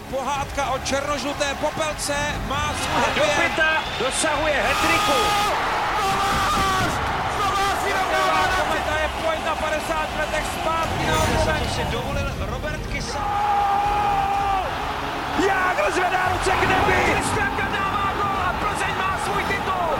pohádka o černožluté popelce má svůj happy end. Dopita dosahuje hat-tricku. Kometa je pojď na 50 letech zpátky na obloven. To si dovolil Robert Kysa. Jágr zvedá ruce k nebi. Kristianka dává gól a Plzeň má svůj titul.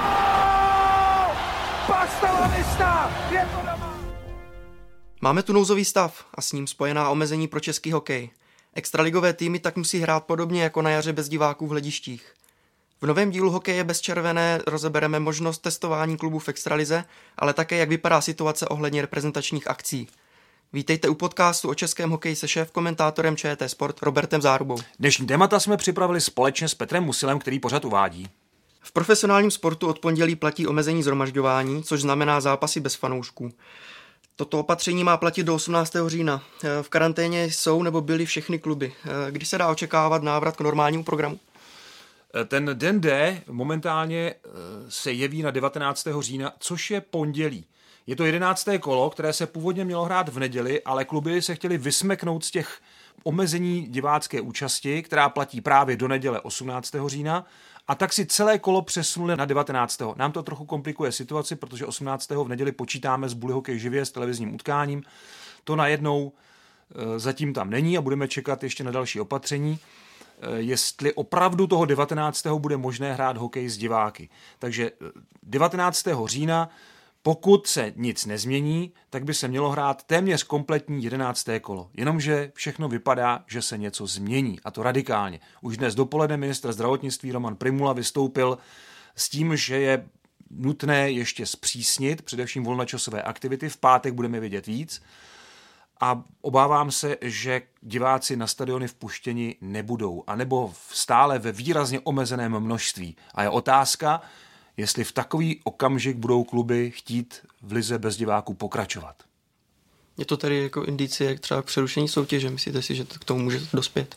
Pastalanista je to doma. Máme tu nouzový stav a s ním spojená omezení pro český hokej. Extraligové týmy tak musí hrát podobně jako na jaře bez diváků v hledištích. V novém dílu Hokeje bez červené rozebereme možnost testování klubů v extralize, ale také jak vypadá situace ohledně reprezentačních akcí. Vítejte u podcastu o českém hokeji se šéf-komentátorem ČT Sport Robertem Zárubou. Dnešní témata jsme připravili společně s Petrem Musilem, který pořad uvádí. V profesionálním sportu od pondělí platí omezení shromažďování, což znamená zápasy bez fanoušků. Toto opatření má platit do 18. října. V karanténě jsou nebo byly všechny kluby. Kdy se dá očekávat návrat k normálnímu programu? Ten den D momentálně se jeví na 19. října, což je pondělí. Je to 11. kolo, které se původně mělo hrát v neděli, ale kluby se chtěli vysmeknout z těch omezení divácké účasti, která platí právě do neděle 18. října, a tak si celé kolo přesunuli na 19. Nám to trochu komplikuje situaci, protože 18. v neděli počítáme s Bully Hokej živě s televizním utkáním. To najednou zatím tam není a budeme čekat ještě na další opatření, jestli opravdu toho 19. bude možné hrát hokej s diváky. Takže 19. října, pokud se nic nezmění, tak by se mělo hrát téměř kompletní 11. kolo. Jenomže všechno vypadá, že se něco změní, a to radikálně. Už dnes dopoledne ministr zdravotnictví Roman Prymula vystoupil s tím, že je nutné ještě zpřísnit především volnočasové aktivity. V pátek budeme vědět víc. A obávám se, že diváci na stadiony vpuštěni nebudou, anebo stále ve výrazně omezeném množství. A je otázka, jestli v takový okamžik budou kluby chtít v lize bez diváků pokračovat. Je to tady jako indicie třeba k přerušení soutěže? Myslíte si, že k tomu může dospět?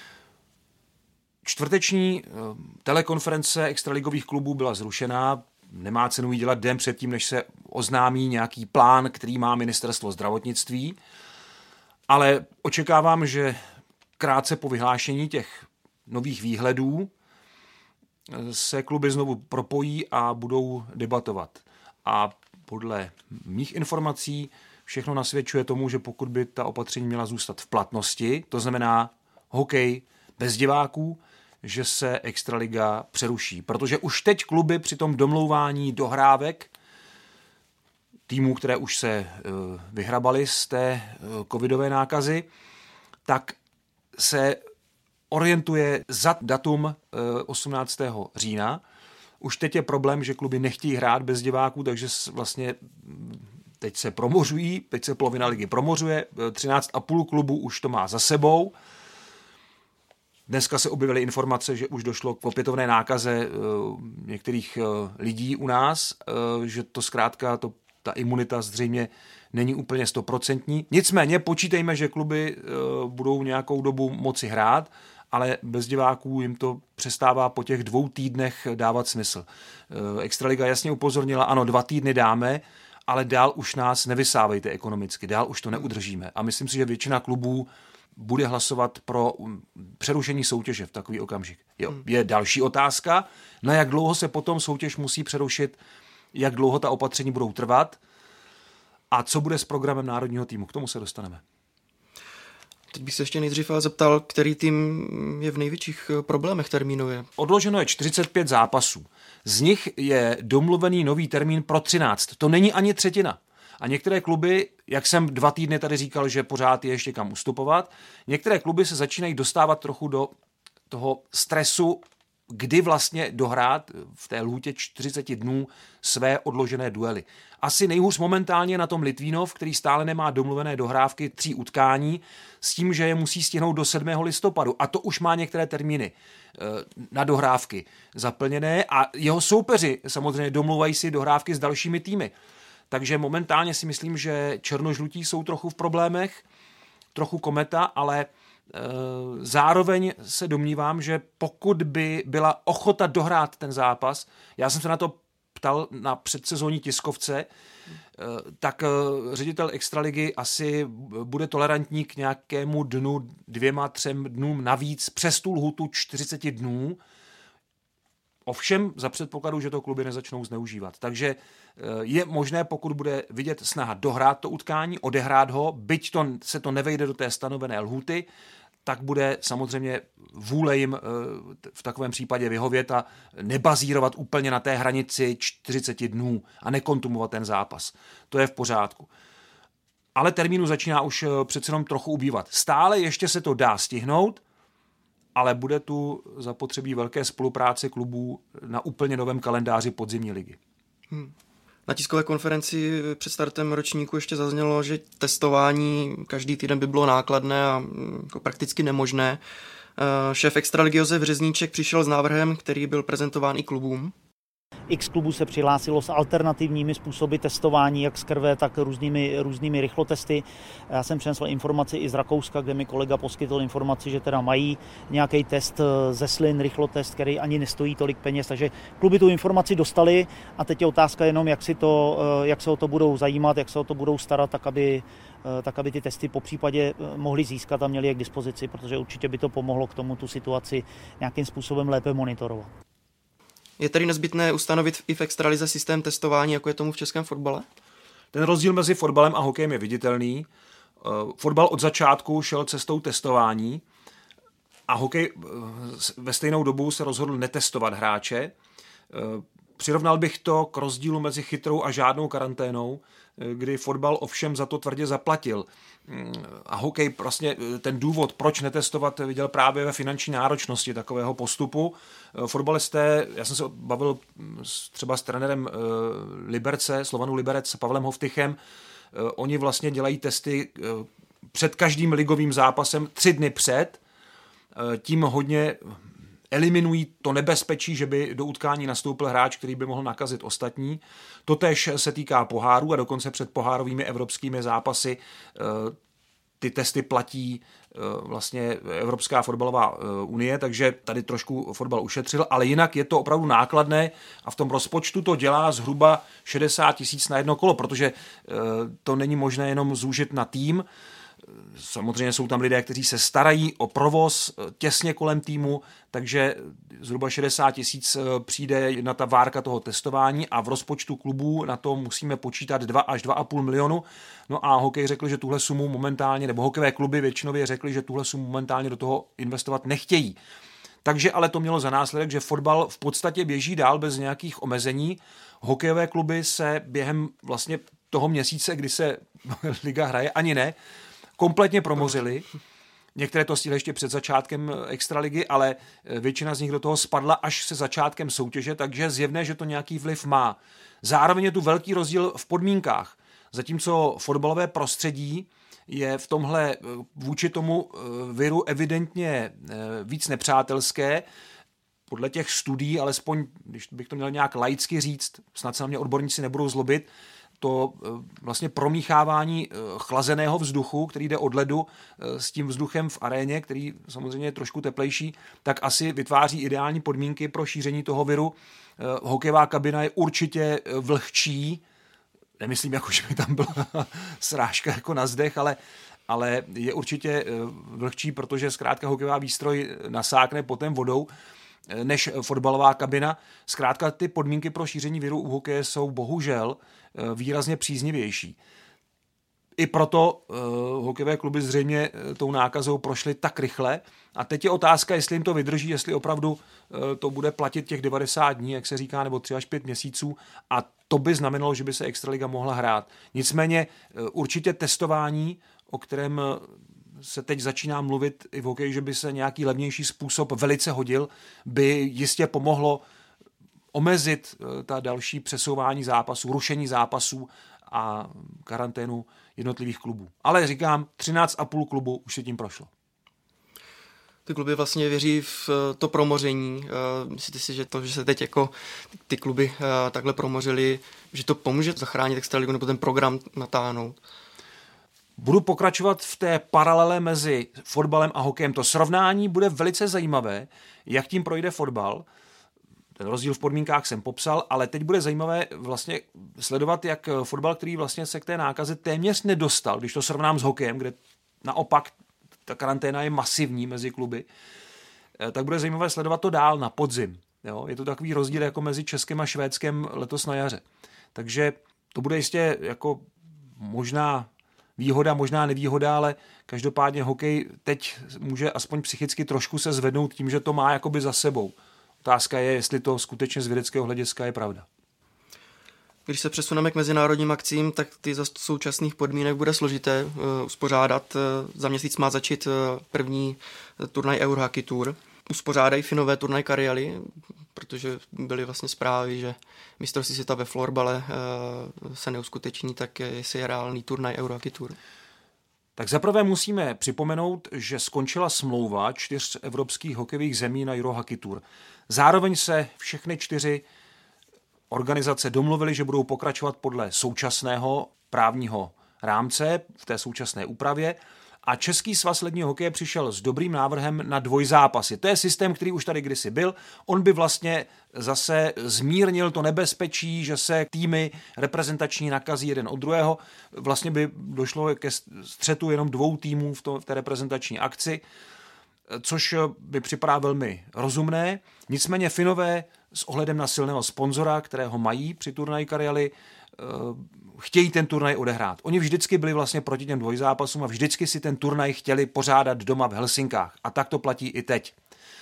Čtvrteční telekonference extraligových klubů byla zrušená. Nemá cenu ji dělat den předtím, než se oznámí nějaký plán, který má ministerstvo zdravotnictví. Ale očekávám, že krátce po vyhlášení těch nových výhledů se kluby znovu propojí a budou debatovat. A podle mých informací všechno nasvědčuje tomu, že pokud by ta opatření měla zůstat v platnosti, to znamená hokej bez diváků, že se extraliga přeruší. Protože už teď kluby při tom domlouvání dohrávek týmů, které už se vyhrabaly z té covidové nákazy, tak se orientuje za datum 18. října. Už teď je problém, že kluby nechtějí hrát bez diváků, takže vlastně teď se promořují, teď se polovina ligy promořuje, 13,5 klubů už to má za sebou. Dneska se objevily informace, že už došlo k opětovné nákaze některých lidí u nás, že to zkrátka, ta imunita zřejmě není úplně 100%. Nicméně počítejme, že kluby budou nějakou dobu moci hrát, ale bez diváků jim to přestává po těch 2 týdnech dávat smysl. Extraliga jasně upozornila, ano, 2 týdny dáme, ale dál už nás nevysávejte ekonomicky, dál už to neudržíme. A myslím si, že většina klubů bude hlasovat pro přerušení soutěže v takový okamžik. Je další otázka, na jak dlouho se potom soutěž musí přerušit, jak dlouho ta opatření budou trvat a co bude s programem národního týmu. K tomu se dostaneme. Teď bych se ještě nejdřív zeptal, který tým je v největších problémech termínově. Odloženo je 45 zápasů. Z nich je domluvený nový termín pro 13. To není ani třetina. A některé kluby, jak jsem 2 týdny tady říkal, že pořád je ještě kam ustupovat, některé kluby se začínají dostávat trochu do toho stresu, kdy vlastně dohrát v té lhůtě 40 dnů své odložené duely. Asi nejhůř momentálně na tom Litvínov, který stále nemá domluvené dohrávky 3 utkání, s tím, že je musí stihnout do 7. listopadu. A to už má některé termíny na dohrávky zaplněné a jeho soupeři samozřejmě domluvají si dohrávky s dalšími týmy. Takže momentálně si myslím, že černožlutí jsou trochu v problémech, trochu Kometa, ale zároveň se domnívám, že pokud by byla ochota dohrát ten zápas, já jsem se na to ptal na předsezónní tiskovce, tak ředitel extraligy asi bude tolerantní k nějakému dnu, 2-3 dnům navíc přes tu lhutu 40 dnů. Ovšem za předpokladu, že to kluby nezačnou zneužívat. Takže je možné, pokud bude vidět snaha dohrát to utkání, odehrát ho, byť se to nevejde do té stanovené lhuty, tak bude samozřejmě vůle jim v takovém případě vyhovět a nebazírovat úplně na té hranici 40 dnů a nekontumovat ten zápas. To je v pořádku. Ale termínu začíná už přece jenom trochu ubývat. Stále ještě se to dá stihnout, ale bude tu zapotřebí velké spolupráce klubů na úplně novém kalendáři podzimní ligy. Na tiskové konferenci před startem ročníku ještě zaznělo, že testování každý týden by bylo nákladné a jako prakticky nemožné. Šéf extraligy Josef Řezníček přišel s návrhem, který byl prezentován i klubům. X klubů se přihlásilo s alternativními způsoby testování, jak z krve, tak různými rychlotesty. Já jsem přinesl informaci i z Rakouska, kde mi kolega poskytl informaci, že teda mají nějaký test ze slin, rychlotest, který ani nestojí tolik peněz, takže kluby tu informaci dostali a teď je otázka jenom, jak se o to budou zajímat, jak se o to budou starat, tak aby ty testy popřípadě mohli získat a měli je k dispozici, protože určitě by to pomohlo k tomu tu situaci nějakým způsobem lépe monitorovat. Je tedy nezbytné ustanovit i v extralize systém testování, jako je tomu v českém fotbale? Ten rozdíl mezi fotbalem a hokejem je viditelný. Fotbal od začátku šel cestou testování a hokej ve stejnou dobu se rozhodl netestovat hráče. Přirovnal bych to k rozdílu mezi chytrou a žádnou karanténou, kdy fotbal ovšem za to tvrdě zaplatil. A hokej vlastně ten důvod, proč netestovat, viděl právě ve finanční náročnosti takového postupu. Fotbalisté, já jsem se bavil třeba s trenérem Liberce, Slovanu Liberec, Pavlem Hovtychem, oni vlastně dělají testy před každým ligovým zápasem 3 dny před, tím hodně eliminují to nebezpečí, že by do utkání nastoupil hráč, který by mohl nakazit ostatní. Totéž se týká pohárů a dokonce před pohárovými evropskými zápasy ty testy platí vlastně Evropská fotbalová unie, takže tady trošku fotbal ušetřil, ale jinak je to opravdu nákladné a v tom rozpočtu to dělá zhruba 60 000 na jedno kolo, protože to není možné jenom zúžit na tým. Samozřejmě jsou tam lidé, kteří se starají o provoz těsně kolem týmu, takže zhruba 60 000 přijde na ta várka toho testování a v rozpočtu klubů na to musíme počítat 2 až 2,5 milionu. No a hokej řekl, že tuhle sumu momentálně, nebo hokejové kluby většinově řekli, že tuhle sumu momentálně do toho investovat nechtějí. Takže ale to mělo za následek, že fotbal v podstatě běží dál bez nějakých omezení. Hokejové kluby se během vlastně toho měsíce, kdy se liga hraje, ani ne, kompletně promořili. Některé to stihly ještě před začátkem extraligy, ale většina z nich do toho spadla až se začátkem soutěže, takže je zjevné, že to nějaký vliv má. Zároveň je tu velký rozdíl v podmínkách. Zatímco fotbalové prostředí je v tomhle vůči tomu viru evidentně víc nepřátelské, podle těch studií, alespoň, když bych to měl nějak laicky říct, snad se na mě odborníci nebudou zlobit, to vlastně promíchávání chlazeného vzduchu, který jde od ledu s tím vzduchem v aréně, který samozřejmě je trošku teplejší, tak asi vytváří ideální podmínky pro šíření toho viru. Hokejová kabina je určitě vlhčí, nemyslím, jako, že by tam byla srážka jako na zdech, ale je určitě vlhčí, protože zkrátka hokejová výstroj nasákne potom vodou než fotbalová kabina. Zkrátka ty podmínky pro šíření viru u hokeje jsou bohužel výrazně příznivější. I proto hokejové kluby zřejmě tou nákazou prošly tak rychle a teď je otázka, jestli jim to vydrží, jestli opravdu to bude platit těch 90 dní, jak se říká, nebo 3 až 5 měsíců a to by znamenalo, že by se extraliga mohla hrát. Nicméně určitě testování, o kterém se teď začíná mluvit i v hokeji, že by se nějaký levnější způsob velice hodil, by jistě pomohlo omezit ta další přesouvání zápasů, rušení zápasů a karanténu jednotlivých klubů. Ale říkám, 13,5 klubu už se tím prošlo. Ty kluby vlastně věří v to promoření. Myslíte si, že to, že se teď jako ty kluby takhle promořili, že to pomůže zachránit extraligu nebo ten program natáhnout? Budu pokračovat v té paralele mezi fotbalem a hokejem. To srovnání bude velice zajímavé, jak tím projde fotbal. Ten rozdíl v podmínkách jsem popsal, ale teď bude zajímavé vlastně sledovat, jak fotbal, který vlastně se k té nákaze téměř nedostal, když to srovnám s hokejem, kde naopak ta karanténa je masivní mezi kluby, tak bude zajímavé sledovat to dál na podzim. Jo? Je to takový rozdíl jako mezi Českem a Švédskem letos na jaře. Takže to bude jistě jako možná výhoda, možná nevýhoda, ale každopádně hokej teď může aspoň psychicky trošku se zvednout tím, že to má jakoby za sebou. Otázka je, jestli to skutečně z vědeckého hlediska je pravda. Když se přesuneme k mezinárodním akcím, tak ty za současných podmínek bude složité uspořádat. Za měsíc má začít první turnaj Eurohockey Tour. Uspořádají Finové turnaj Karjali, protože byly vlastně zprávy, že mistrovství světa ve florbale se neuskuteční, tak jestli je reálný turnaj Eurohockey Tour. Tak zaprvé musíme připomenout, že skončila smlouva 4 evropských hokejových zemí na Eurohockey Tour. Zároveň se všechny 4 organizace domluvily, že budou pokračovat podle současného právního rámce v té současné úpravě a Český svaz ledního hokeje přišel s dobrým návrhem na dvojzápasy. To je systém, který už tady kdysi byl. On by vlastně zase zmírnil to nebezpečí, že se týmy reprezentační nakazí jeden od druhého. Vlastně by došlo ke střetu jenom 2 týmů v té reprezentační akci, což by připadá velmi rozumné. Nicméně Finové s ohledem na silného sponzora, kterého mají při turnaji Karjali, chtějí ten turnaj odehrát. Oni vždycky byli vlastně proti těm dvojzápasům a vždycky si ten turnaj chtěli pořádat doma v Helsinkách. A tak to platí i teď.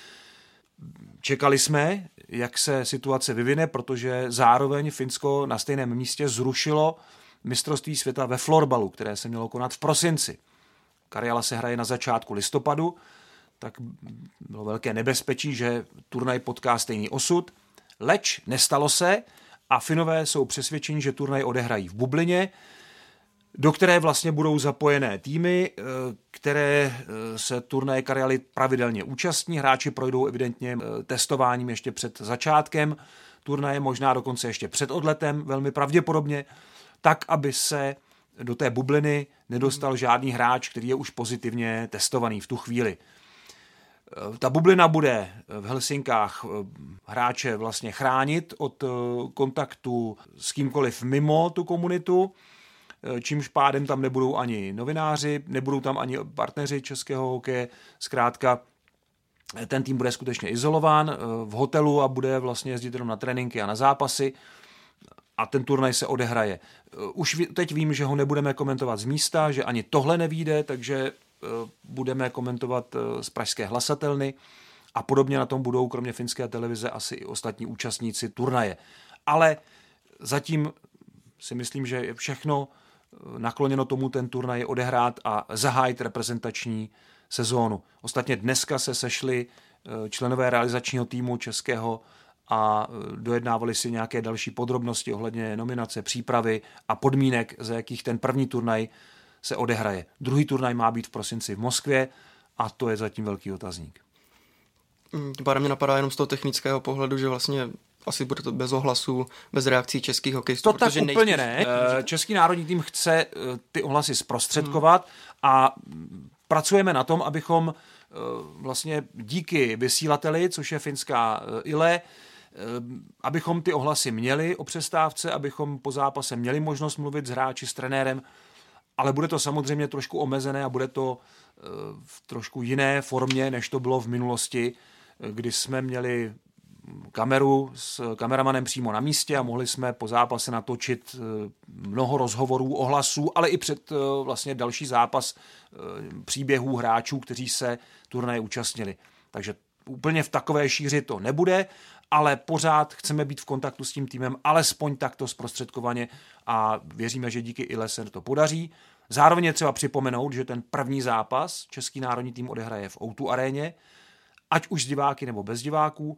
Čekali jsme, jak se situace vyvine, protože zároveň Finsko na stejném místě zrušilo mistrovství světa ve florbalu, které se mělo konat v prosinci. Karjala se hraje na začátku listopadu, tak bylo velké nebezpečí, že turnaj potká stejný osud. Leč nestalo se a Finové jsou přesvědčeni, že turnaj odehrají v bublině, do které vlastně budou zapojené týmy, které se turnaje Karjali pravidelně účastní. Hráči projdou evidentně testováním ještě před začátkem turnaje, možná dokonce ještě před odletem, velmi pravděpodobně, tak, aby se do té bubliny nedostal žádný hráč, který je už pozitivně testovaný v tu chvíli. Ta bublina bude v Helsinkách hráče vlastně chránit od kontaktu s kýmkoliv mimo tu komunitu, čímž pádem tam nebudou ani novináři, nebudou tam ani partneři českého hokeje. Zkrátka ten tým bude skutečně izolován v hotelu a bude vlastně jezdit jenom na tréninky a na zápasy a ten turnaj se odehraje. Už teď vím, že ho nebudeme komentovat z místa, že ani tohle nevyjde, takže budeme komentovat z pražské hlasatelny a podobně na tom budou kromě finské televize asi i ostatní účastníci turnaje. Ale zatím si myslím, že je všechno nakloněno tomu ten turnaj odehrát a zahájit reprezentační sezónu. Ostatně dneska se sešli členové realizačního týmu českého a dojednávali si nějaké další podrobnosti ohledně nominace, přípravy a podmínek, za jakých ten první turnaj se odehraje. Druhý turnaj má být v prosinci v Moskvě a to je zatím velký otazník. Mě napadá jenom z toho technického pohledu, že vlastně asi bude to bez ohlasů, bez reakcí českých hokejistů. To tak úplně ne. Český národní tým chce ty ohlasy zprostředkovat a pracujeme na tom, abychom vlastně díky vysílateli, což je finská Yle, abychom ty ohlasy měli o přestávce, abychom po zápase měli možnost mluvit s hráči, s trenérem, ale bude to samozřejmě trošku omezené a bude to v trošku jiné formě, než to bylo v minulosti, kdy jsme měli kameru s kameramanem přímo na místě a mohli jsme po zápase natočit mnoho rozhovorů, ohlasů, ale i před vlastně další zápas příběhů hráčů, kteří se turnaje účastnili. Takže úplně v takové šíři to nebude, ale pořád chceme být v kontaktu s tím týmem, alespoň takto zprostředkovaně a věříme, že díky ILE se to podaří. Zároveň je třeba připomenout, že ten první zápas český národní tým odehraje v O2 aréně, ať už s diváky nebo bez diváků,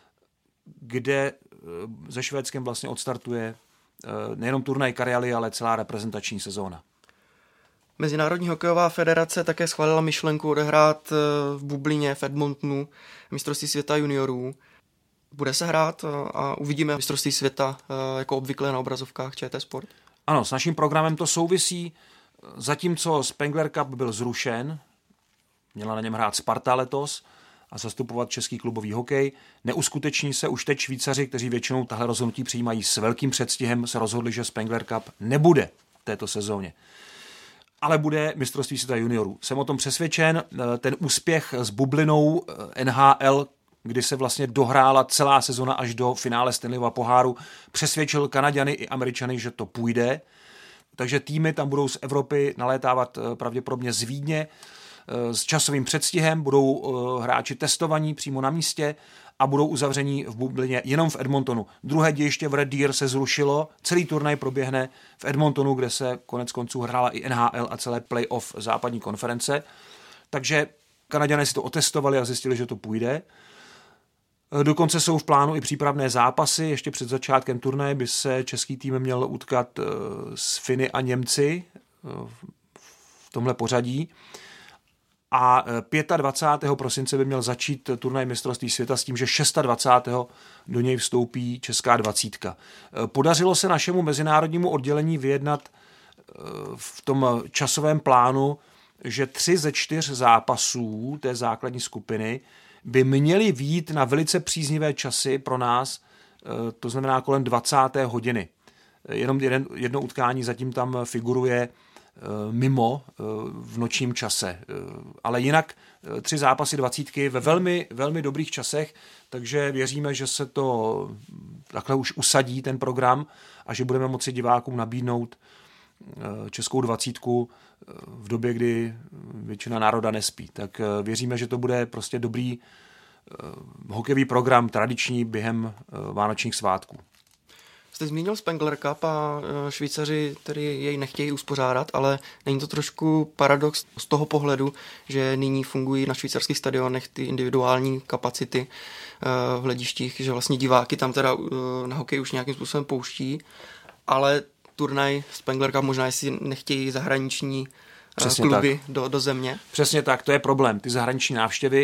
kde se Švédskem vlastně odstartuje nejenom turnaj Karjali, ale celá reprezentační sezóna. Mezinárodní hokejová federace také schválila myšlenku odehrát v bublině v Edmontonu mistrovství světa juniorů. Bude se hrát a uvidíme mistrovství světa jako obvykle na obrazovkách ČT Sport? Ano, s naším programem to souvisí. Zatímco Spengler Cup byl zrušen, měla na něm hrát Sparta letos, a zastupovat český klubový hokej. Neuskuteční se už teď Švýcaři, kteří většinou tahle rozhodnutí přijímají s velkým předstihem, se rozhodli, že Spengler Cup nebude v této sezóně. Ale bude mistrovství světa juniorů. Jsem o tom přesvědčen, ten úspěch s bublinou NHL, kdy se vlastně dohrála celá sezona až do finále Stanleyova poháru, přesvědčil Kanaďany i Američany, že to půjde. Takže týmy tam budou z Evropy nalétávat pravděpodobně z Vídně s časovým předstihem, budou hráči testovaní přímo na místě a budou uzavření v bublině jenom v Edmontonu. Druhé dějiště v Red Deer se zrušilo, celý turnaj proběhne v Edmontonu, kde se konec konců hrála i NHL a celé playoff západní konference. Takže Kanaďané si to otestovali a zjistili, že to půjde. Dokonce jsou v plánu i přípravné zápasy. Ještě před začátkem turnaje by se český tým měl utkat s Finy a Němci v tomhle pořadí. A 25. prosince by měl začít turnaj mistrovství světa s tím, že 26. do něj vstoupí česká 20. Podařilo se našemu mezinárodnímu oddělení vyjednat v tom časovém plánu, že 3 ze 4 zápasů té základní skupiny by měly vyjít na velice příznivé časy pro nás, to znamená kolem 20. hodiny. Jenom jedno utkání zatím tam figuruje mimo v nočním čase. Ale jinak 3 zápasy 20 ve velmi, velmi dobrých časech, takže věříme, že se to takhle už usadí ten program a že budeme moci divákům nabídnout českou 20 v době, kdy většina národa nespí. Tak věříme, že to bude prostě dobrý hokejový program tradiční během vánočních svátků. Jste zmínil Spengler Cup a Švýcaři tedy jej nechtějí uspořádat, ale není to trošku paradox z toho pohledu, že nyní fungují na švýcarských stadionech ty individuální kapacity v hledištích, že vlastně diváky tam teda na hokej už nějakým způsobem pouští, ale turnaj Spengler Cup možná jestli nechtějí zahraniční kluby do země. Přesně tak, to je problém. Ty zahraniční návštěvy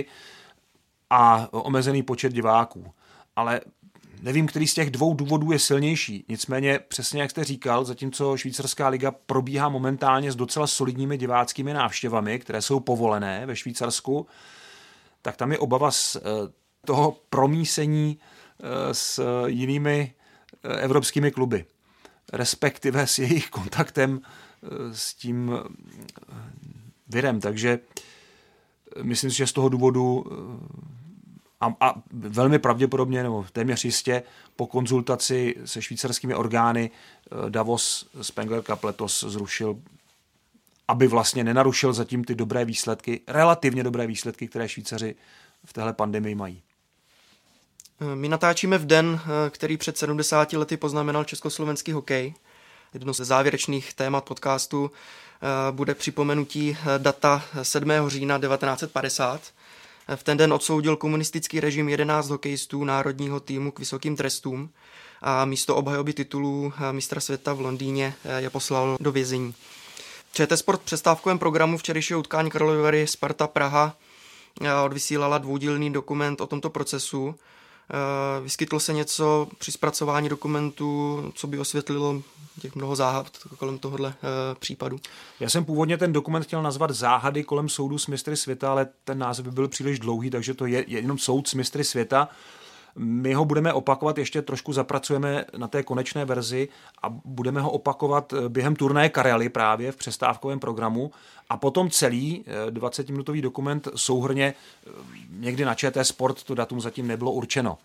a omezený počet diváků. Ale nevím, který z těch 2 důvodů je silnější. Nicméně, přesně jak jste říkal, zatímco švýcarská liga probíhá momentálně s docela solidními diváckými návštěvami, které jsou povolené ve Švýcarsku, tak tam je obava z toho promísení s jinými evropskými kluby. Respektive s jejich kontaktem s tím virem. Takže myslím si, že z toho důvodu a velmi pravděpodobně, nebo téměř jistě, po konzultaci se švýcarskými orgány Davos Spengler Cup letos zrušil, aby vlastně nenarušil zatím ty dobré výsledky, relativně dobré výsledky, které Švýcaři v téhle pandemii mají. My natáčíme v den, který před 70 lety poznamenal československý hokej. Jedno ze závěrečných témat podcastu bude připomenutí data 7. října 1950. V ten den odsoudil komunistický režim 11 hokejistů národního týmu k vysokým trestům a místo obhajoby titulů mistra světa v Londýně je poslal do vězení. ČT Sport v přestávkovém programu včerejšího utkání Karlovy Vary Sparta Praha odvysílala dvoudílný dokument o tomto procesu. Vyskytlo se něco při zpracování dokumentu, co by osvětlilo těch mnoho záhad kolem tohohle případu? Já jsem původně ten dokument chtěl nazvat Záhady kolem soudu s mistry světa, ale ten název by byl příliš dlouhý, takže to je jenom soud s mistry světa. My ho budeme opakovat, ještě trošku zapracujeme na té konečné verzi a budeme ho opakovat během turnaje Karely právě v přestávkovém programu a potom celý 20-minutový dokument souhrnně někdy na ČT Sport, to datum zatím nebylo určeno.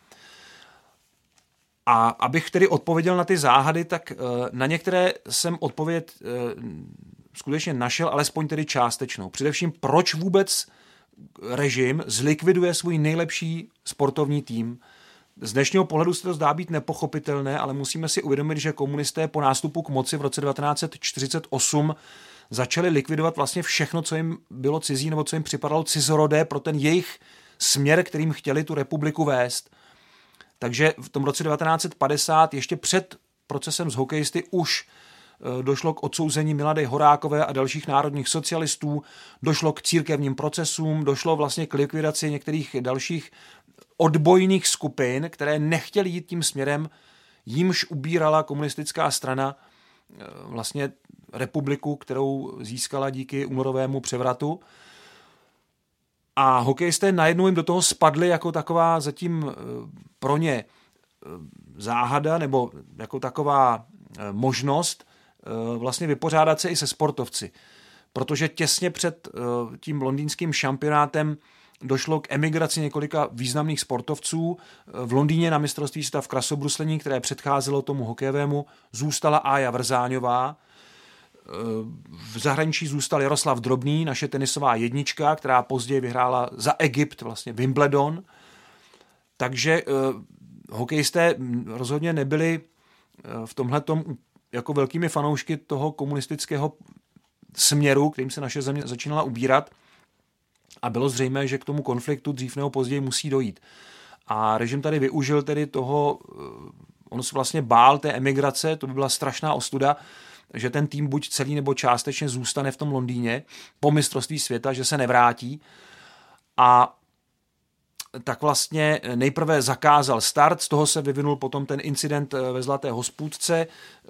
A abych tedy odpověděl na ty záhady, tak na některé jsem odpověď skutečně našel, alespoň tedy částečnou. Především, proč vůbec režim zlikviduje svůj nejlepší sportovní tým. Z dnešního pohledu se to zdá být nepochopitelné, ale musíme si uvědomit, že komunisté po nástupu k moci v roce 1948 začali likvidovat vlastně všechno, co jim bylo cizí nebo co jim připadalo cizorodé pro ten jejich směr, kterým chtěli tu republiku vést. Takže v tom roce 1950 ještě před procesem s hokejisty už došlo k odsouzení Milady Horákové a dalších národních socialistů, došlo k církevním procesům, došlo vlastně k likvidaci některých dalších odbojných skupin, které nechtěly jít tím směrem, jímž ubírala komunistická strana vlastně republiku, kterou získala díky únorovému převratu. A hokejisté najednou jim do toho spadli jako taková zatím pro ně záhada nebo jako taková možnost vlastně vypořádat se i se sportovci. Protože těsně před tím londýnským šampionátem došlo k emigraci několika významných sportovců. V Londýně na mistrovství světa v krasobruslení, které předcházelo tomu hokejovému, zůstala Ája Vrzáňová. V zahraničí zůstal Jaroslav Drobný, naše tenisová jednička, která později vyhrála za Egypt vlastně Wimbledon. Takže hokejisté rozhodně nebyli v tomhletom jako velkými fanoušky toho komunistického směru, kterým se naše země začínala ubírat, a bylo zřejmé, že k tomu konfliktu dřív nebo později musí dojít. A režim tady využil tedy toho, on se vlastně bál té emigrace, to by byla strašná ostuda, že ten tým buď celý nebo částečně zůstane v tom Londýně po mistrovství světa, že se nevrátí. A tak vlastně nejprve zakázal start, z toho se vyvinul potom ten incident ve Zlaté hospůdce.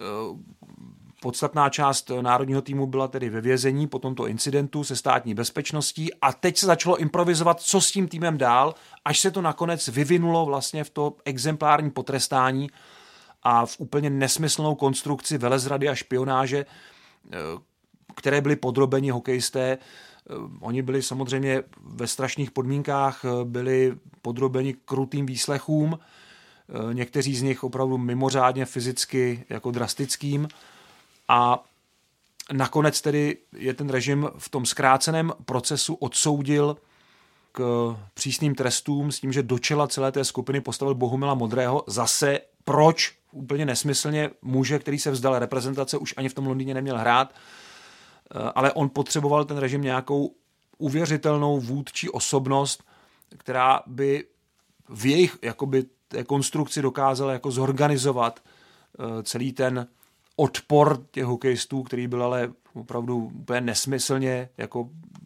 Podstatná část národního týmu byla tedy ve vězení po tomto incidentu se státní bezpečností a teď se začalo improvizovat, co s tím týmem dál, až se to nakonec vyvinulo vlastně v to exemplární potrestání a v úplně nesmyslnou konstrukci velezrady a špionáže, které byly podrobeni hokejisté. Oni byli samozřejmě ve strašných podmínkách, byli podrobeni krutým výslechům, někteří z nich opravdu mimořádně fyzicky jako drastickým. A nakonec tedy je ten režim v tom zkráceném procesu odsoudil k přísným trestům s tím, že do čela celé té skupiny postavil Bohumila Modrého. Zase proč? Úplně nesmyslně muže, který se vzdal reprezentace, už ani v tom Londýně neměl hrát, ale on potřeboval ten režim nějakou uvěřitelnou vůdčí osobnost, která by v jejich jakoby, té konstrukci dokázala jako zorganizovat celý ten odpor těch hokejistů, který byl ale opravdu úplně nesmyslně jako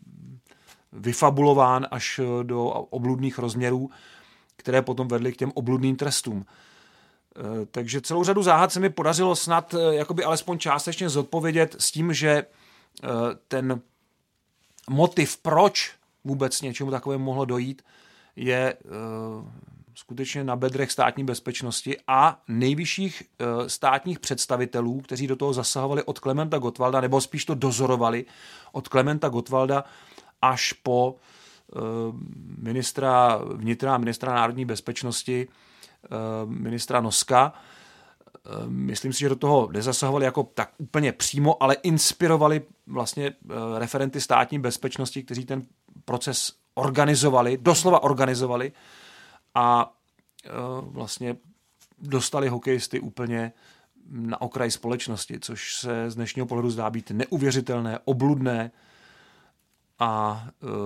vyfabulován až do obludných rozměrů, které potom vedly k těm obludným trestům. Takže celou řadu záhad se mi podařilo snad jakoby alespoň částečně zodpovědět s tím, že ten motiv, proč vůbec něčemu takovému mohlo dojít, je skutečně na bedrech státní bezpečnosti a nejvyšších státních představitelů, kteří do toho zasahovali od Klementa Gottwalda, nebo spíš to dozorovali od Klementa Gottwalda až po ministra vnitra, ministra národní bezpečnosti, ministra Noska. Myslím si, že do toho nezasahovali jako tak úplně přímo, ale inspirovali vlastně referenty státní bezpečnosti, kteří ten proces organizovali, doslova organizovali a vlastně dostali hokejisty úplně na okraj společnosti, což se z dnešního pohledu zdá být neuvěřitelné, obludné a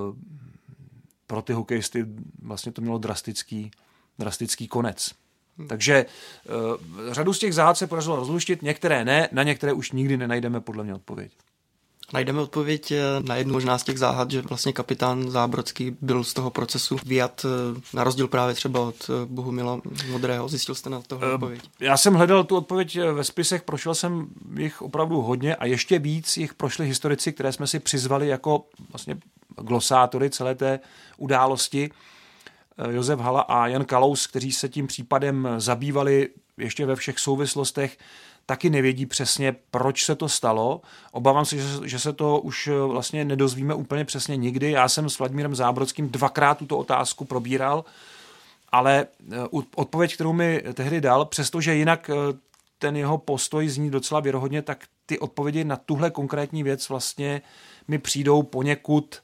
pro ty hokejisty vlastně to mělo drastický konec. Takže řadu z těch záhad se podařilo rozluštit, některé ne, na některé už nikdy nenajdeme podle mě odpověď. Najdeme odpověď na jednu možná z těch záhad, že vlastně kapitán Zábrodský byl z toho procesu vyjat na rozdíl právě třeba od Bohumila Modrého. Zjistil jste na toho odpověď? Já jsem hledal tu odpověď ve spisech, prošel jsem jich opravdu hodně a ještě víc jich prošli historici, které jsme si přizvali jako vlastně glosátory celé té události. Josef Hala a Jan Kalous, kteří se tím případem zabývali ještě ve všech souvislostech, taky nevědí přesně, proč se to stalo. Obávám se, že se to už vlastně nedozvíme úplně přesně nikdy. Já jsem s Vladimírem Zábrodským dvakrát tuto otázku probíral, ale odpověď, kterou mi tehdy dal, přestože jinak ten jeho postoj zní docela věrohodně, tak ty odpovědi na tuhle konkrétní věc vlastně mi přijdou poněkud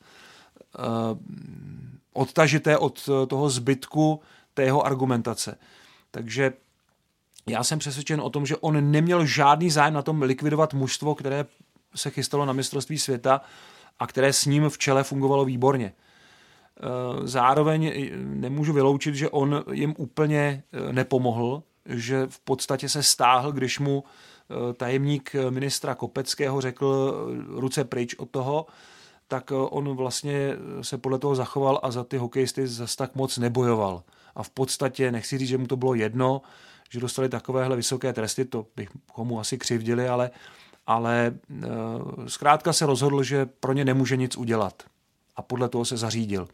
odtažité od toho zbytku té jeho argumentace. Takže já jsem přesvědčen o tom, že on neměl žádný zájem na tom likvidovat mužstvo, které se chystalo na mistrovství světa a které s ním v čele fungovalo výborně. Zároveň nemůžu vyloučit, že on jim úplně nepomohl, že v podstatě se stáhl, když mu tajemník ministra Kopeckého řekl ruce pryč od toho, tak on vlastně se podle toho zachoval a za ty hokejisty zase tak moc nebojoval. A v podstatě, nechci říct, že mu to bylo jedno, že dostali takovéhle vysoké tresty, to bychom mu asi křivdili, ale zkrátka se rozhodl, že pro ně nemůže nic udělat. a podle toho se zařídil.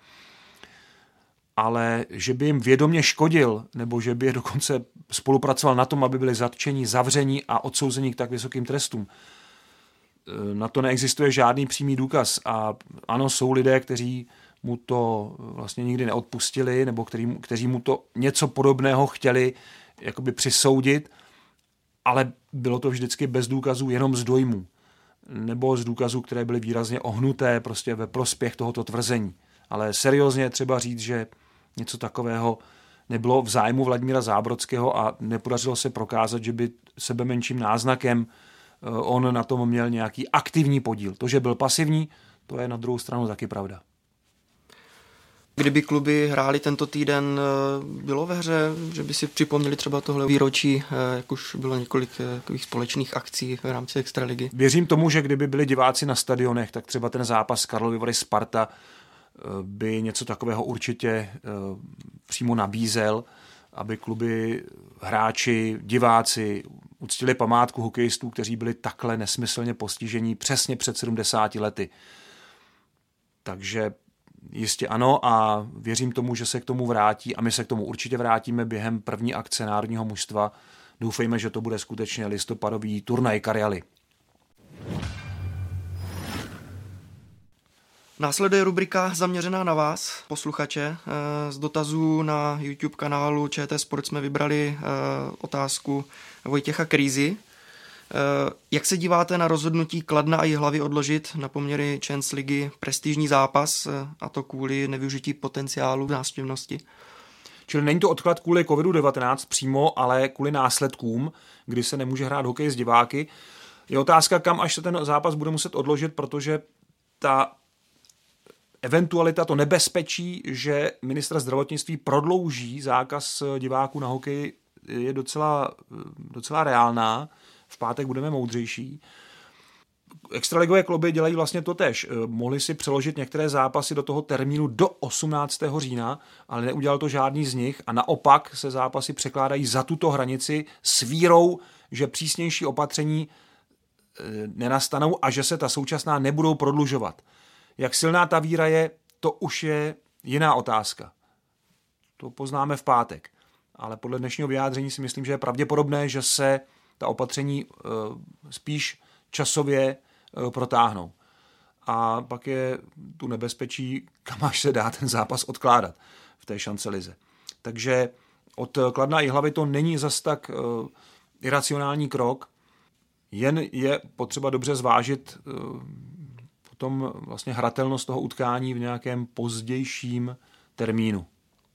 Ale že by jim vědomě škodil, nebo že by je dokonce spolupracoval na tom, aby byli zatčeni, zavření a odsouzeni k tak vysokým trestům, na to neexistuje žádný přímý důkaz. A ano, jsou lidé, kteří mu to vlastně nikdy neodpustili, nebo kteří mu to něco podobného chtěli jakoby přisoudit, ale bylo to vždycky bez důkazů, jenom z dojmů. Nebo z důkazů, které byly výrazně ohnuté prostě ve prospěch tohoto tvrzení. Ale seriózně třeba říct, že něco takového nebylo v zájmu Vladimíra Zábrodského a nepodařilo se prokázat, že by sebemenším náznakem on na tom měl nějaký aktivní podíl. To, že byl pasivní, to je na druhou stranu taky pravda. Kdyby kluby hráli tento týden, bylo ve hře, že by si připomněli třeba tohle výročí, jak už bylo několik takových společných akcí v rámci Extraligy? Věřím tomu, že kdyby byli diváci na stadionech, tak třeba ten zápas Karlovy Vary Sparta by něco takového určitě přímo nabízel, aby kluby, hráči, diváci uctili památku hokejistů, kteří byli takhle nesmyslně postižení přesně před 70 lety. Takže jistě ano a věřím tomu, že se k tomu vrátí a my se k tomu určitě vrátíme během první akce národního mužstva. Doufejme, že to bude skutečně listopadový turnaj Karjaly. Následuje rubrika zaměřená na vás, posluchače. Z dotazů na YouTube kanálu ČT Sport jsme vybrali otázku Vojtěcha Krýzy. Jak se díváte na rozhodnutí Kladna a Jihlavy odložit na poměry Champions ligy prestižní zápas, a to kvůli nevyužití potenciálu návštěvnosti? Čili není to odklad kvůli COVID-19 přímo, ale kvůli následkům, kdy se nemůže hrát hokej s diváky. Je otázka, kam až se ten zápas bude muset odložit, protože ta eventualita, to nebezpečí, že ministr zdravotnictví prodlouží zákaz diváků na hokej, je docela reálná. V pátek budeme moudřejší. Extraligové kluby dělají vlastně totéž. Mohli si přeložit některé zápasy do toho termínu do 18. října, ale neudělal to žádný z nich a naopak se zápasy překládají za tuto hranici s vírou, že přísnější opatření nenastanou a že se ta současná nebudou prodlužovat. Jak silná ta víra je, to už je jiná otázka. To poznáme v pátek. Ale podle dnešního vyjádření si myslím, že je pravděpodobné, že se ta opatření spíš časově protáhnou. A pak je tu nebezpečí, kam až se dá ten zápas odkládat v té šancelize. Takže od Kladna a Jihlavy to není zas tak iracionální krok, jen je potřeba dobře zvážit potom vlastně hratelnost toho utkání v nějakém pozdějším termínu.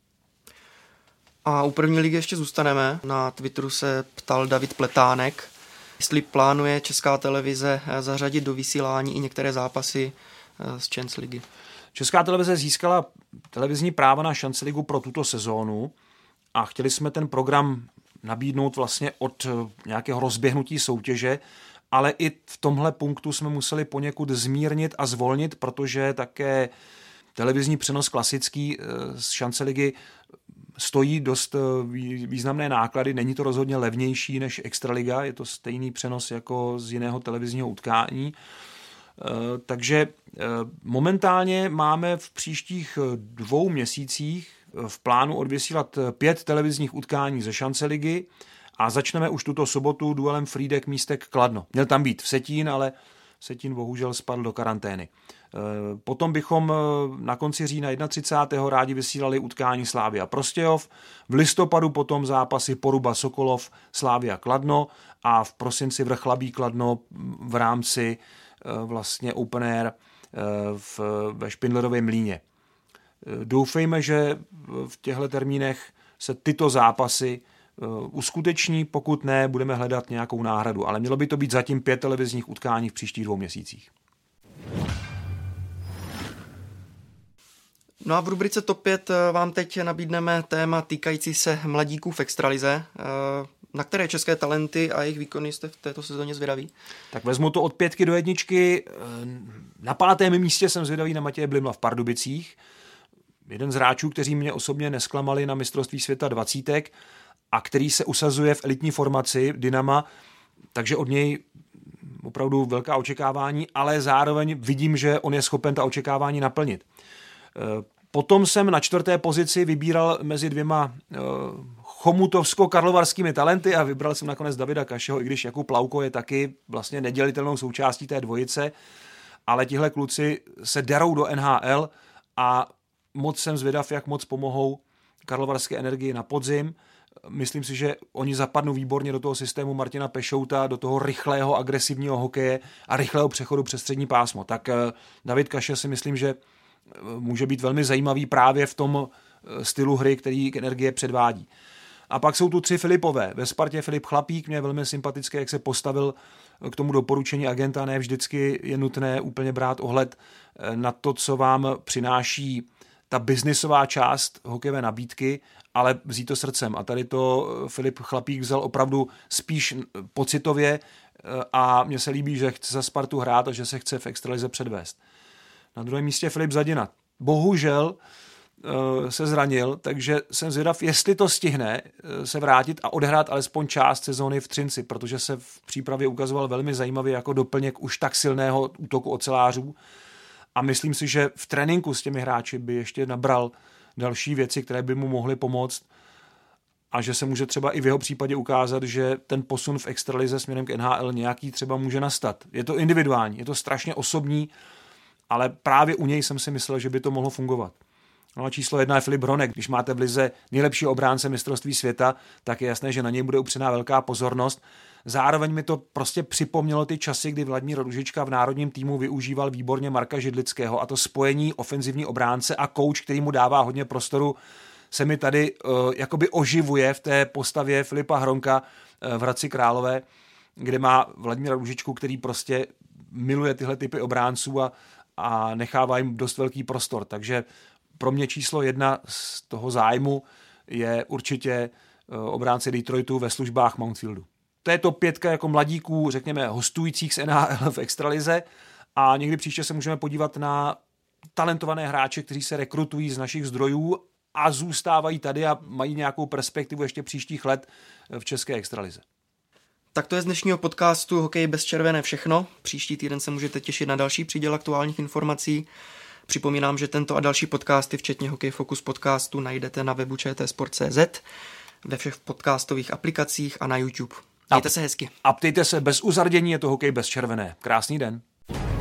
A u první ligy ještě zůstaneme. Na Twitteru se ptal David Pletánek, jestli plánuje Česká televize zařadit do vysílání i některé zápasy z Champions ligy. Česká televize získala televizní práva na Champions ligu pro tuto sezónu a chtěli jsme ten program nabídnout vlastně od nějakého rozběhnutí soutěže, ale i v tomhle punktu jsme museli poněkud zmírnit a zvolnit, protože také televizní přenos klasický z Champions ligy stojí dost významné náklady, není to rozhodně levnější než Extraliga, je to stejný přenos jako z jiného televizního utkání. Takže momentálně máme v příštích 2 měsících v plánu odvysílat 5 televizních utkání ze Šanceligy a začneme už tuto sobotu duelem Frýdek-Místek Kladno. Měl tam být Vsetín, ale Vsetín bohužel spadl do karantény. Potom bychom na konci října 31. rádi vysílali utkání Slavia Prostějov, v listopadu potom zápasy Poruba Sokolov, Slavia Kladno a v prosinci Vrchlabí Kladno v rámci vlastně Open Air ve Špindlerově Mlýně. Doufejme, že v těchto termínech se tyto zápasy uskuteční, pokud ne, budeme hledat nějakou náhradu, ale mělo by to být zatím 5 televizních utkání v příštích 2 měsících. No a v rubrice Top 5 vám teď nabídneme téma týkající se mladíků v extralize. Na které české talenty a jejich výkony jste v této sezóně zvědaví? Tak vezmu to od 5 do 1. Na 5. místě jsem zvědavý na Matěje Blimla v Pardubicích. Jeden z hráčů, kteří mě osobně nesklamali na mistrovství světa 20 a který se usazuje v elitní formaci Dynama, takže od něj opravdu velká očekávání, ale zároveň vidím, že on je schopen ta očekávání naplnit. Potom jsem na 4. pozici vybíral mezi 2 chomutovsko-karlovarskými talenty a vybral jsem nakonec Davida Kašeho, i když Jakub Lauko je taky vlastně nedělitelnou součástí té dvojice, ale tihle kluci se derou do NHL a moc jsem zvědav, jak moc pomohou Karlovarské Energii na podzim. Myslím si, že oni zapadnou výborně do toho systému Martina Pešouta, do toho rychlého, agresivního hokeje a rychlého přechodu přes střední pásmo. Tak David Kaše si myslím, že může být velmi zajímavý právě v tom stylu hry, který Energie předvádí. A pak jsou tu 3 Filipové. Ve Spartě Filip Chlapík, mě je velmi sympatické, jak se postavil k tomu doporučení agenta. Ne vždycky je nutné úplně brát ohled na to, co vám přináší ta biznisová část hokejové nabídky, ale vzít to srdcem. A tady to Filip Chlapík vzal opravdu spíš pocitově a mně se líbí, že chce za Spartu hrát a že se chce v extralize předvést. Na druhém místě Filip Zadina. Bohužel se zranil, takže jsem zvědav, jestli to stihne se vrátit a odehrát alespoň část sezóny v Třinci, protože se v přípravě ukazoval velmi zajímavě jako doplněk už tak silného útoku ocelářů. A myslím si, že v tréninku s těmi hráči by ještě nabral další věci, které by mu mohly pomoct a že se může třeba i v jeho případě ukázat, že ten posun v extralize směrem k NHL nějaký třeba může nastat. Je to individuální, je to strašně osobní, ale právě u něj jsem si myslel, že by to mohlo fungovat. No a číslo 1 je Filip Hronek. Když máte v lize nejlepšího obránce mistrovství světa, tak je jasné, že na něj bude upřená velká pozornost. Zároveň mi to prostě připomnělo ty časy, kdy Vladimír Růžička v národním týmu využíval výborně Marka Židlického a to spojení ofenzivní obránce a kouč, který mu dává hodně prostoru, se mi tady jakoby oživuje v té postavě Filipa Hronka v Hradci Králové, kde má Vladimíra Růžičku, který prostě miluje tyhle typy obránců a nechává jim dost velký prostor. Takže pro mě číslo 1 z toho zájmu je určitě obránce Detroitu ve službách Mountfieldu. To je to 5 jako mladíků, řekněme, hostujících z NHL v extralize a někdy příště se můžeme podívat na talentované hráče, kteří se rekrutují z našich zdrojů a zůstávají tady a mají nějakou perspektivu ještě příštích let v české extralize. Tak to je z dnešního podcastu Hokej bez červené všechno. Příští týden se můžete těšit na další příděl aktuálních informací. Připomínám, že tento a další podcasty, včetně Hokej Focus podcastu, najdete na webu čtsport.cz, ve všech podcastových aplikacích a na YouTube. Mějte se hezky. A ptejte se bez uzardění, je to Hokej bez červené. Krásný den.